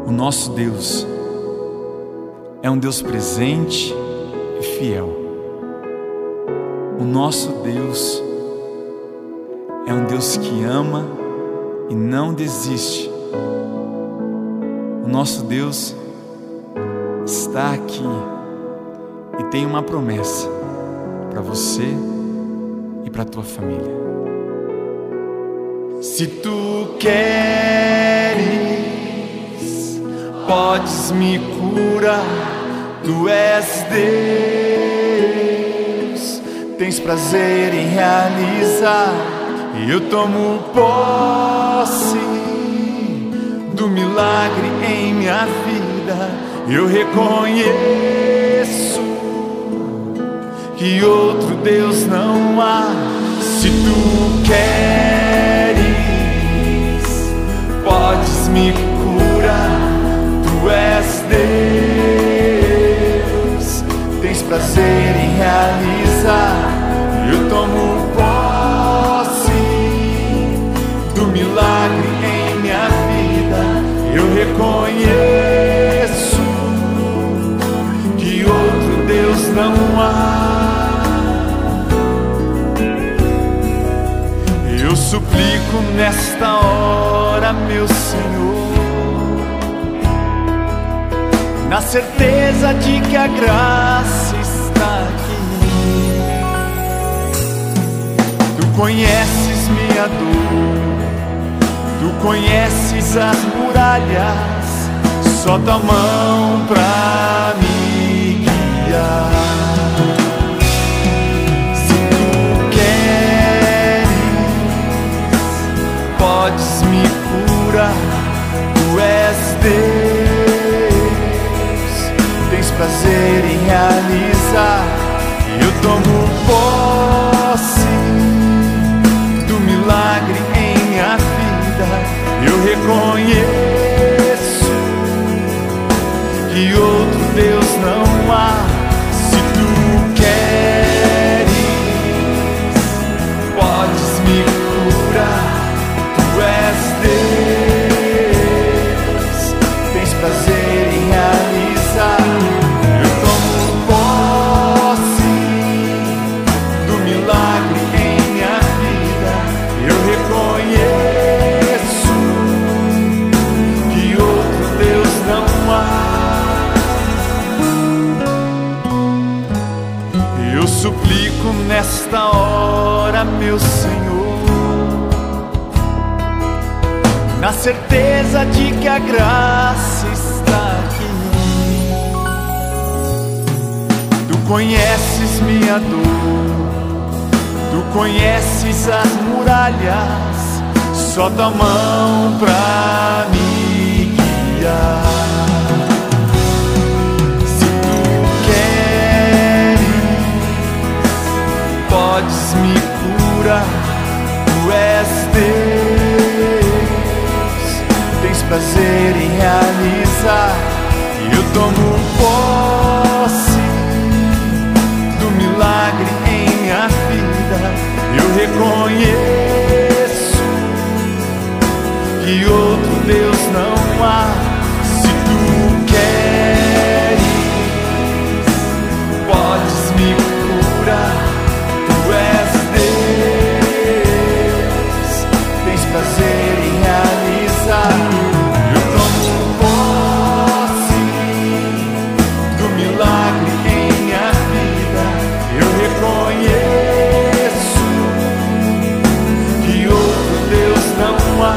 O nosso Deus é um Deus presente e fiel. O nosso Deus é um Deus que ama e não desiste. O nosso Deus está aqui e tem uma promessa para você e para a tua família. Se tu queres, podes me curar. Tu és Deus, tens prazer em realizar. E eu tomo posse do milagre em minha vida. Eu reconheço que outro Deus não há. Se tu queres, podes me curar. Tu és Deus, tens prazer em realizar. Eu tomo posse do milagre em minha vida. Eu reconheço que outro Deus não há. Eu suplico nesta hora, meu Senhor, na certeza de que a graça está aqui. Tu conheces minha dor, tu conheces as muralhas, só tua mão pra me guiar. Se tu queres, podes me curar. Tu és Deus, tens prazer em realizar. Eu tomo posse do milagre em minha vida. Eu reconheço que outro Deus não há. Se tu queres, podes me curar. Tu és Deus, tens prazer em realizar. Eu tomo posse do milagre em minha vida. Eu reconheço que outro Deus não há. Eu suplico nesta hora, meu Senhor, na certeza de que a graça está aqui. Tu conheces minha dor, tu conheces as muralhas, só tua mão pra me guiar. Se tu queres, podes me curar. Tu és Deus, tens prazer em realizar. E eu tomo posse do milagre em minha vida. Eu reconheço que outro Deus não há. Se tu queres, podes me curar. Tu és Deus, tens prazer em realizar. Eu tomo posse do milagre em minha vida. Eu reconheço que outro Deus não há.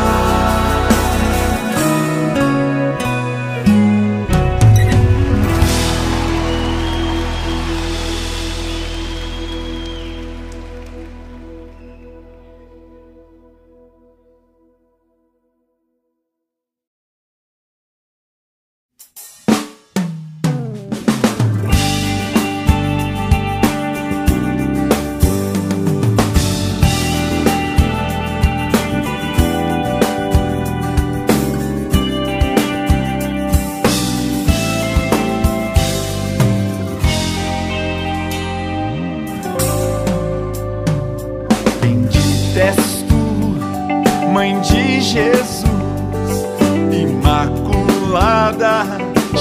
Mãe de Jesus, Imaculada.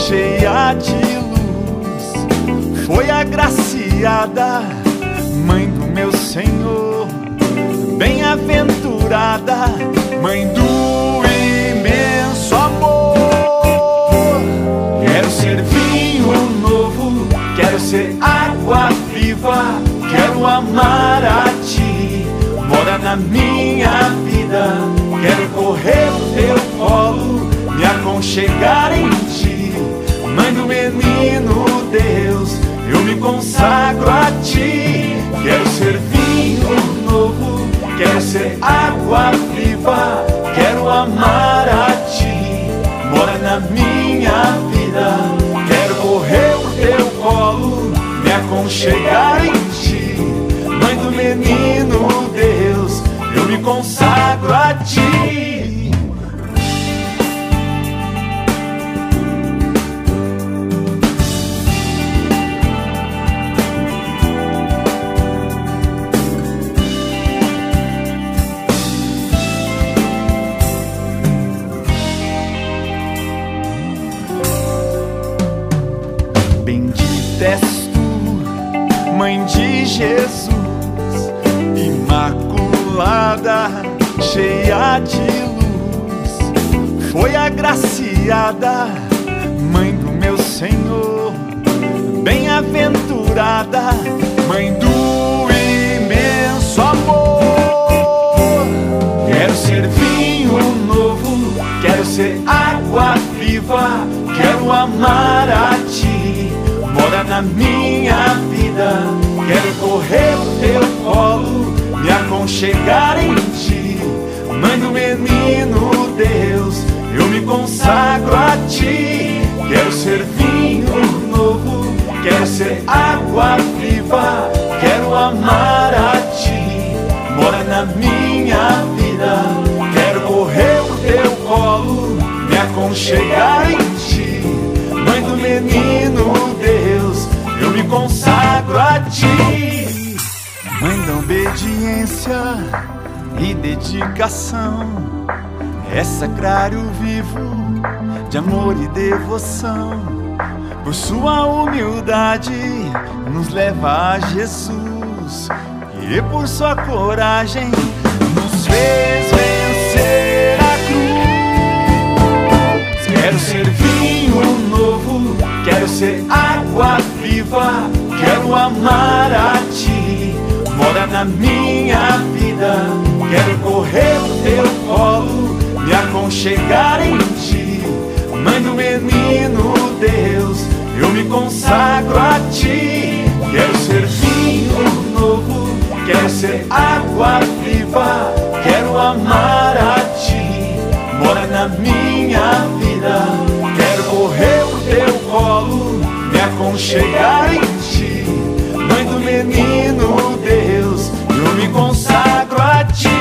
cheia de luz. Foi agraciada, mãe do meu Senhor. Bem-aventurada, mãe do imenso amor. Quero ser vinho novo, quero ser água viva, quero amar a Ti, mora na minha vida. Quero correr no Teu colo, me aconchegar em Ti, mãe do menino Deus, eu me consagro a Ti. Quero ser vinho novo, quero ser água viva, quero amar a Ti, mora na minha vida. Quero correr pro Teu colo, me aconchegar em Ti, mãe do menino Deus, eu me consagro a Ti. Bendita és Tu, mãe de Jesus, imaculada, cheia de luz. Foi agraciada, mãe do meu Senhor. Bem-aventurada, mãe do imenso amor. Quero ser vinho novo, quero ser água viva, quero amar a Ti, mora na minha vida. Quero correr no Teu colo, me aconchegar em Ti, mãe do menino Deus, eu me consagro a Ti. Quero ser vinho novo, quero ser água viva, quero amar a Ti, mora na minha vida. Quero correr pro Teu colo, me aconchegar em Ti, mãe do menino Deus, eu me consagro a Ti. Mãe da obediência e dedicação, é sacrário vivo de amor e devoção. Por sua humildade nos leva a Jesus, e por sua coragem nos fez vencer a cruz. Quero ser vinho novo, quero ser água viva, quero amar a Ti, mora na minha vida. Quero correr no Teu colo, me aconchegar em Ti, mãe do menino Deus, eu me consagro a Ti. Quero ser vinho novo, quero ser água viva, quero amar a Ti, mora na minha vida. Quero correr pro Teu colo, me aconchegar em Ti, mãe do menino Deus, eu me consagro a Ti.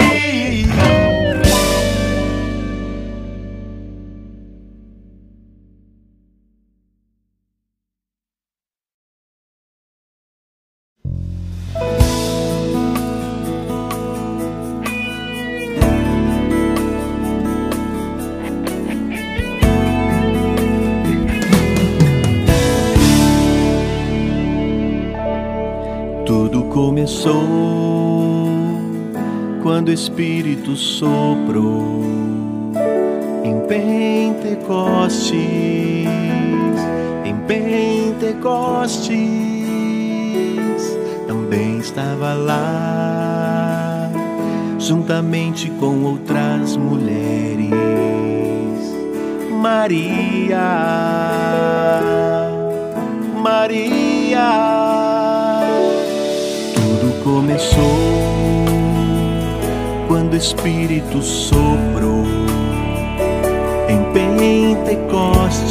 Tudo começou quando o Espírito soprou em Pentecostes. Em Pentecostes também estava lá, juntamente com outras mulheres, Maria, Maria. Começou quando o Espírito soprou em Pentecostes.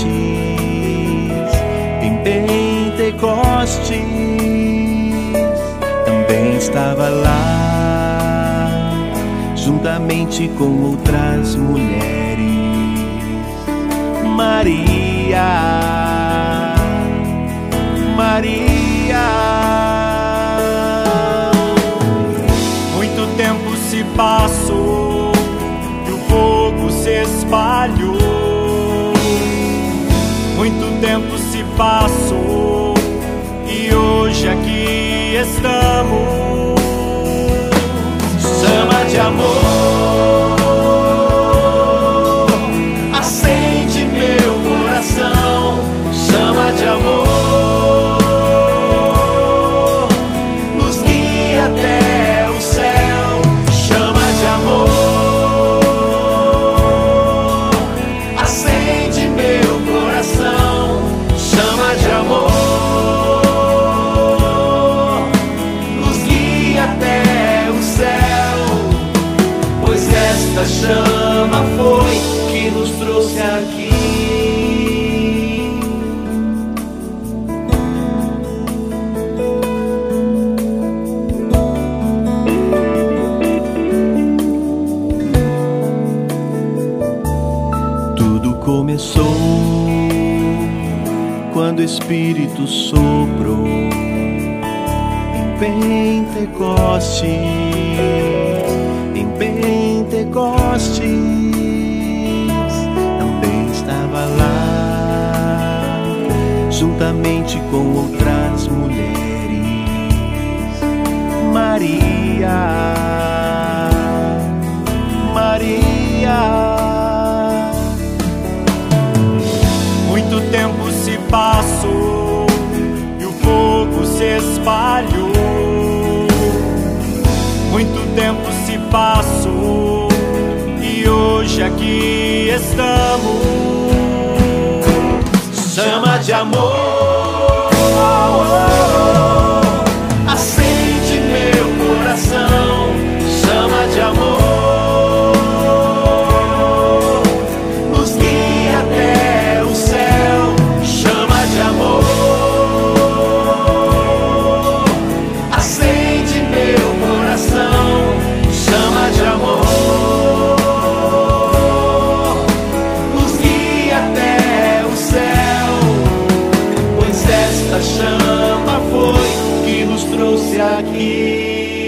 Em Pentecostes também estava lá, juntamente com outras mulheres, Maria, Maria. Se passou e o fogo se espalhou, Muito tempo se passou e hoje aqui estamos. Chama de amor acende meu coração. Chama de amor nos guia até o céu. Chama de amor acende meu coração. Chama de amor nos guia até o céu. Pois esta chama foi que nos trouxe aqui. Tudo começou quando o Espírito soprou em Pentecostes. Em Pentecostes também estava lá, juntamente com outras mulheres, Maria. Muito tempo se passou e o fogo se espalhou. Muito tempo se passou e hoje aqui estamos. Chama de amor acende meu coração. Chama de amor nos guia até o céu. Chama de amor acende meu coração. Chama de amor nos guia até o céu. Pois esta chama foi que nos trouxe aqui.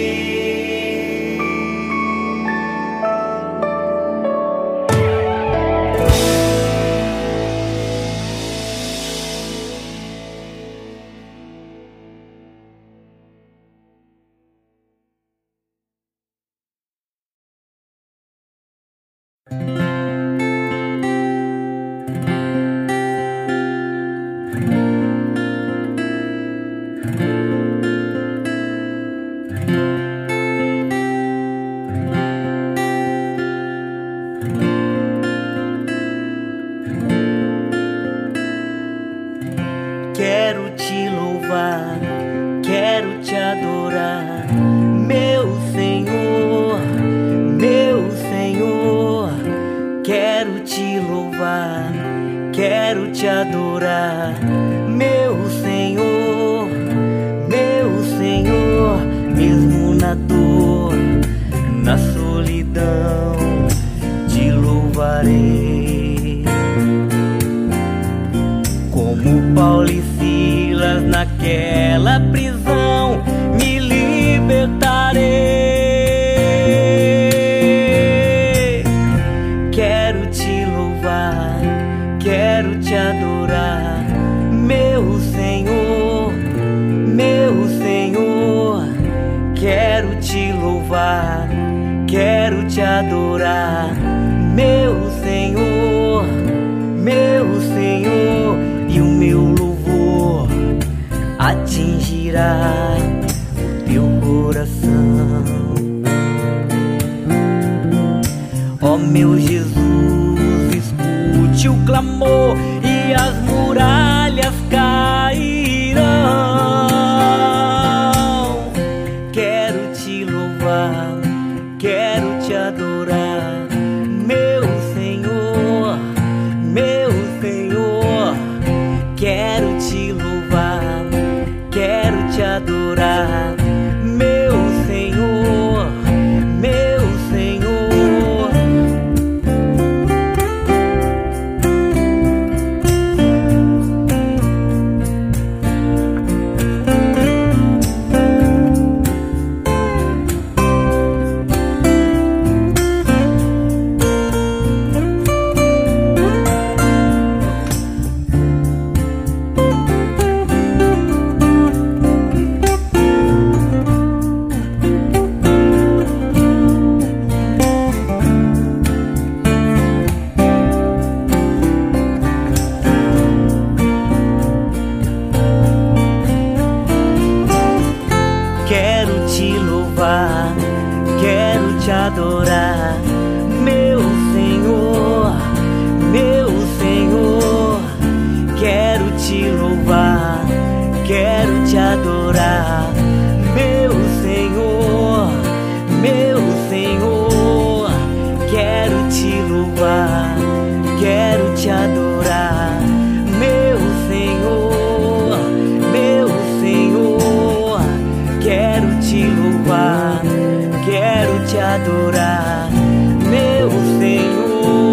Quero te louvar, quero te adorar, meu Senhor, meu Senhor. Quero te louvar, quero te adorar, meu Senhor, meu Senhor. Mesmo na dor, na solidão, te louvarei. Como Paulo e Silas naquela prisão, me libertarei. Quero te louvar, quero te adorar, meu Senhor, meu Senhor. Quero te louvar, quero te adorar, meu Senhor, meu Senhor. E o meu louvor atingirá o teu coração. Ó meu Jesus, escute o clamor e as muralhas cairão. Quero te louvar, quero te adorar, meu Senhor, meu Senhor. Quero te louvar, quero te adorar, meu Senhor, meu Senhor. te adorar, meu Senhor, meu Senhor. Quero te louvar, quero te adorar, meu Senhor, meu Senhor. Quero te louvar, quero te adorar, meu Senhor, meu Senhor. Quero te louvar, quero te adorar, meu Senhor.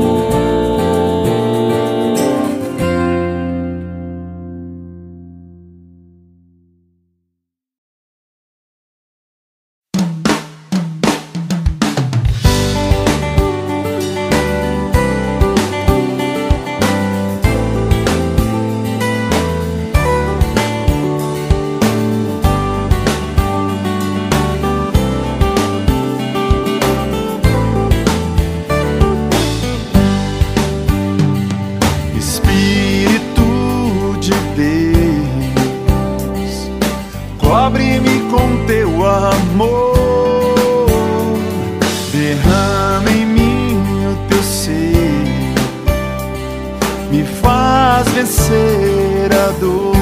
Cobre-me com teu amor, derrama em mim o teu ser, me faz vencer a dor.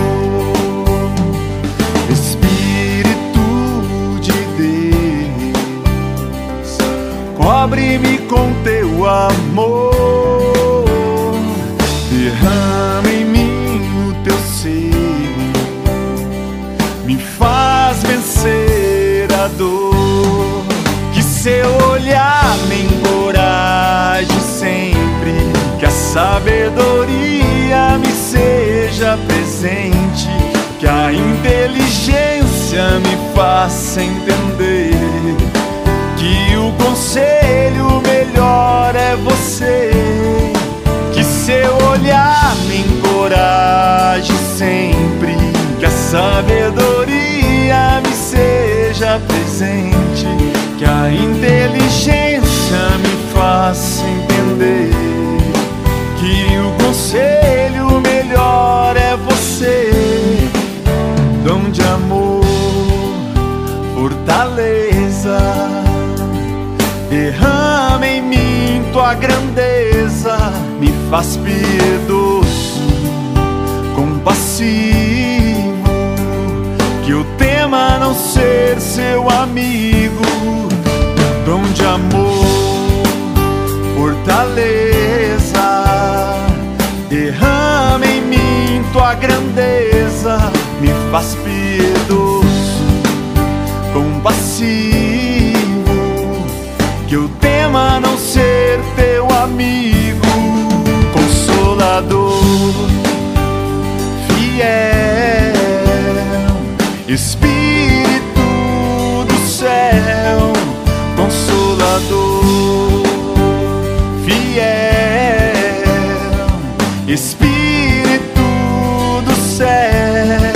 Espírito de Deus, cobre-me com teu amor, derrama em mim o teu ser, me faz vencer a dor. Que seu olhar me encoraje sempre, que a sabedoria me seja presente, que a inteligência me faça entender que o conselho melhor é você. Que seu olhar me encoraje sempre, que a sabedoria me seja presente, que a inteligência me faça entender que o conselho melhor é você. Dom de amor, fortaleza, derrama em mim tua grandeza, me faz piedoso, compassivo, que eu tema não ser seu amigo. Dom de amor, fortaleza, derrama em mim tua grandeza, me faz piedoso, compassivo, que eu tema não ser teu amigo. Consolador, fiel, Espírito do céu, Consolador, fiel, Espírito do céu.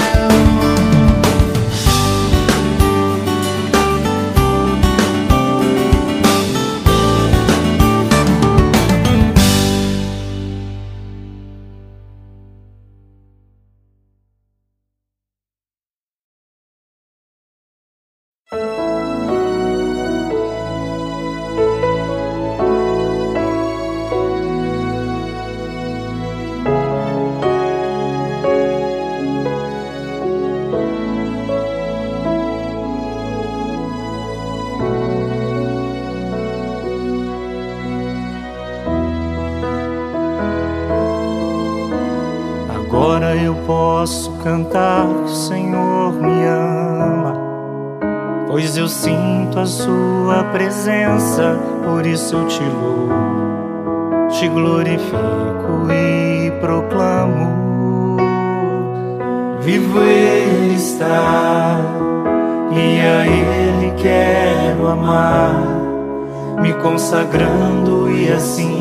Agora eu posso cantar que o Senhor me ama, pois eu sinto a sua presença, por isso eu te louvo, te glorifico e proclamo. Vivo Ele está, e a Ele quero amar, me consagrando e assim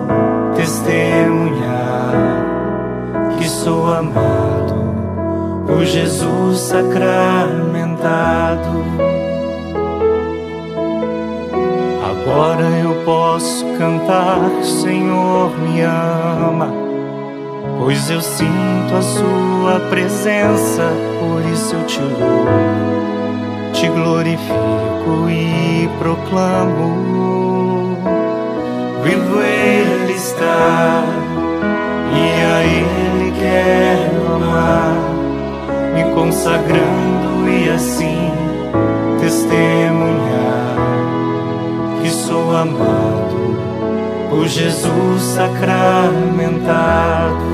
testemunhar que sou amado por Jesus sacramentado. Agora eu posso cantar que o Senhor me ama, pois eu sinto a sua presença, por isso eu te louvo, te glorifico glorifico e proclamo: vivo Ele está, e a Ele quero amar, me consagrando e assim testemunhar que sou amado por Jesus sacramentado.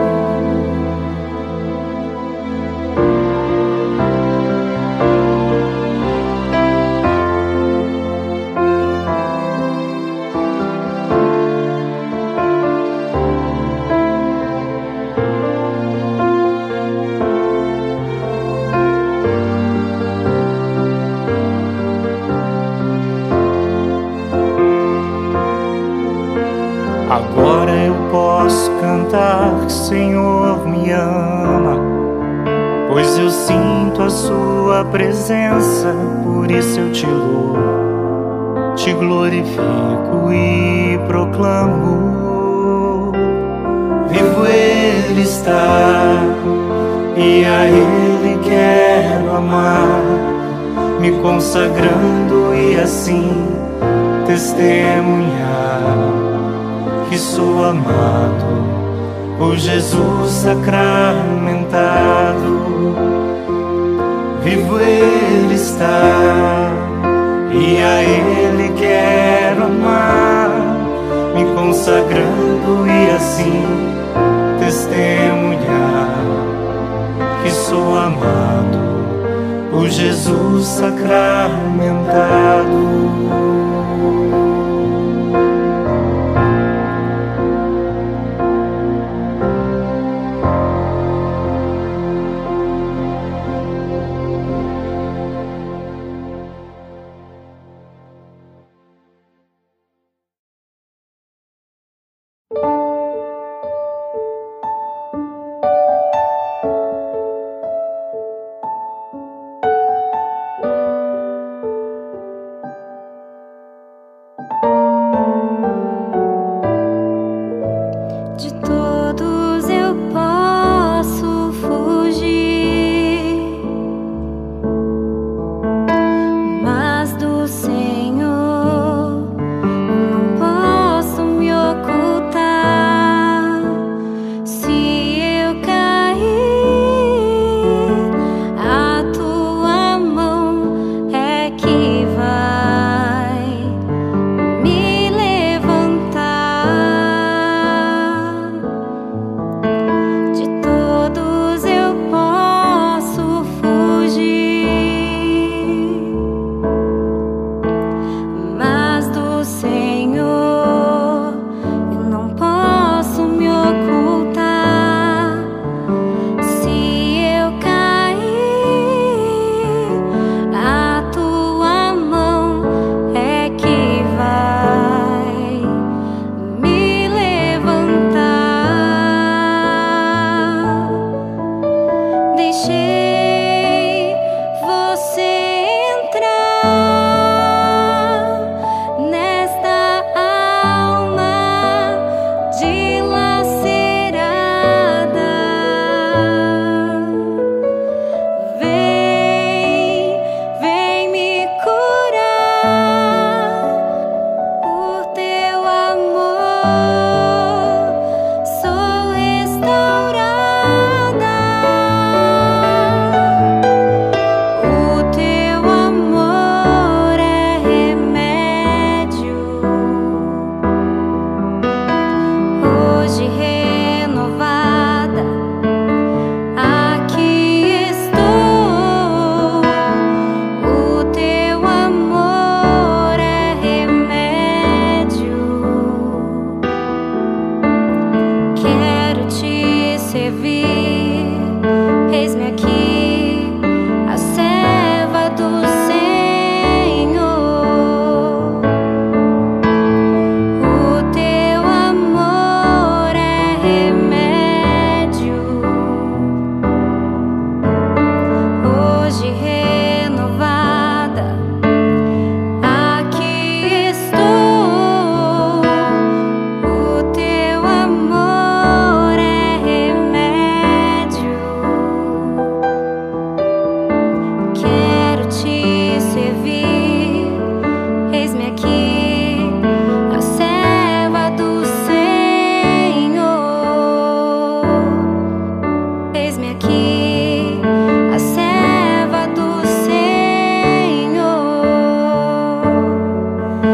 Agora eu posso cantar que Senhor me ama, pois eu sinto a sua presença, por isso eu te louvo, te glorifico e proclamo: vivo Ele está, e a Ele quero amar, me consagrando e assim testemunhar que sou amado por Jesus sacramentado. Vivo Ele está, e a Ele quero amar, me consagrando e assim testemunhar que sou amado por Jesus sacramentado.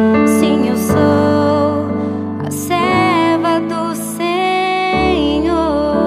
Sim, eu sou a serva do Senhor.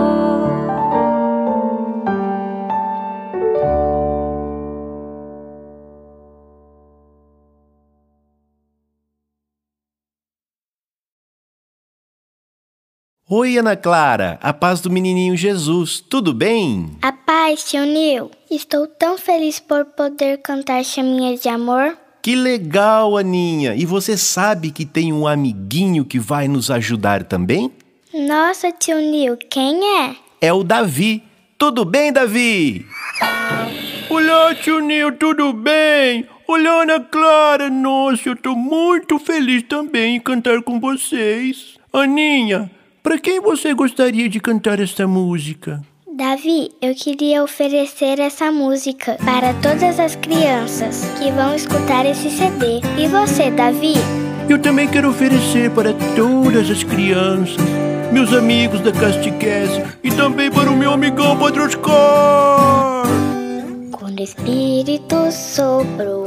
Oi, Ana Clara, a paz do menininho Jesus, tudo bem? A paz, tio Nil. Estou tão feliz por poder cantar Chaminhas de Amor. Que legal, Aninha! E você sabe que tem um amiguinho que vai nos ajudar também? Nossa, tio Nil, quem é? É o Davi. Tudo bem, Davi? Olá, tio Nil, tudo bem? Olá, Ana Clara. Nossa, eu tô muito feliz também em cantar com vocês. Aninha, para quem você gostaria de cantar esta música? Davi, eu queria oferecer essa música para todas as crianças que vão escutar esse CD. E você, Davi? Eu também quero oferecer para todas as crianças, meus amigos da Castiquese e também para o meu amigão Padre Oscar. Quando o Espírito soprou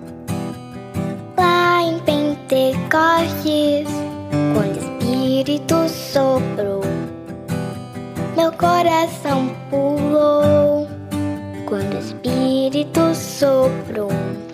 lá em Pentecostes, quando o Espírito soprou, meu coração pulou. Quando o Espírito soprou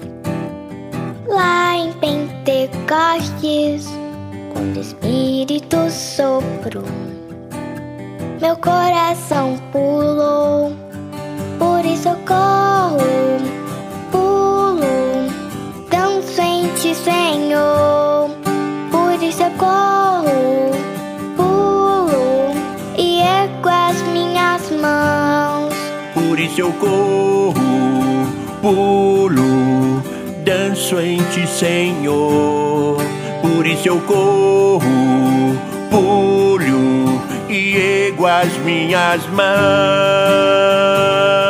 lá em Pentecostes, quando o Espírito soprou, meu coração pulou. Por isso eu corro, pulo, danço em ti, Senhor. Por isso eu corro, pulo e ergo as minhas mãos. Por isso eu corro, pulo, danço em ti, Senhor. Por isso eu corro, pulo e ergo as minhas mãos.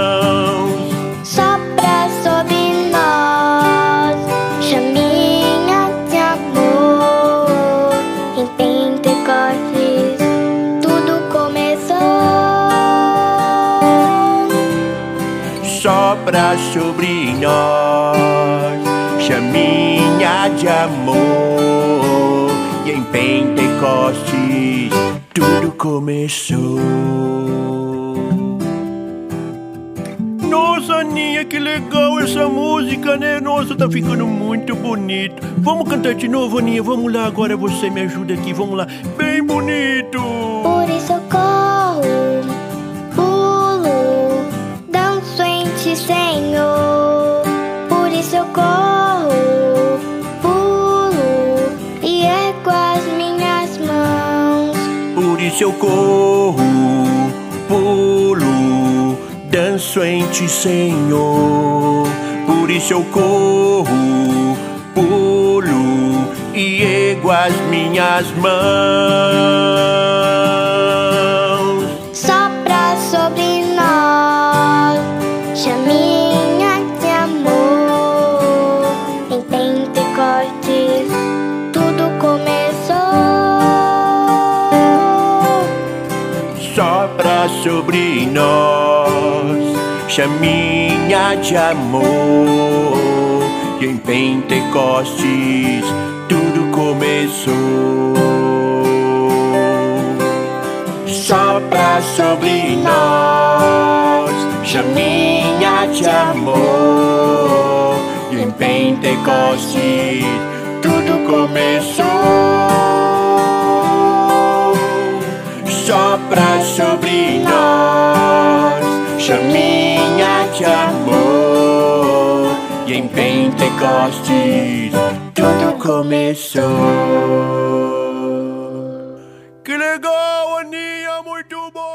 Sopra sobre nós, chaminha de amor. Em Pentecostes tudo começou. Sopra sobre nós, chaminha de amor. E em Pentecostes tudo começou. Nossa, Aninha, que legal essa música, né? Nossa, tá ficando muito bonito. Vamos cantar de novo, Aninha? Vamos lá, agora você me ajuda aqui, vamos lá. Bem bonito! Por isso eu corro, pulo, danço em ti, Senhor. Por isso eu corro, pulo e ergo as minhas mãos. Por isso eu corro, pulo, danço em ti, Senhor. Por isso eu corro, pulo e ergo as minhas mãos. Sopra sobre nós, chaminha de amor. Em Pentecostes tudo começou. Sopra sobre nós, chaminha de amor. E em Pentecostes tudo começou. Sopra sobre nós, chaminha de amor. E em Pentecostes tudo começou. Sopra sobre nós, chaminha de amor. E em Pentecostes tudo começou. Que legal, Aninha, muito bom!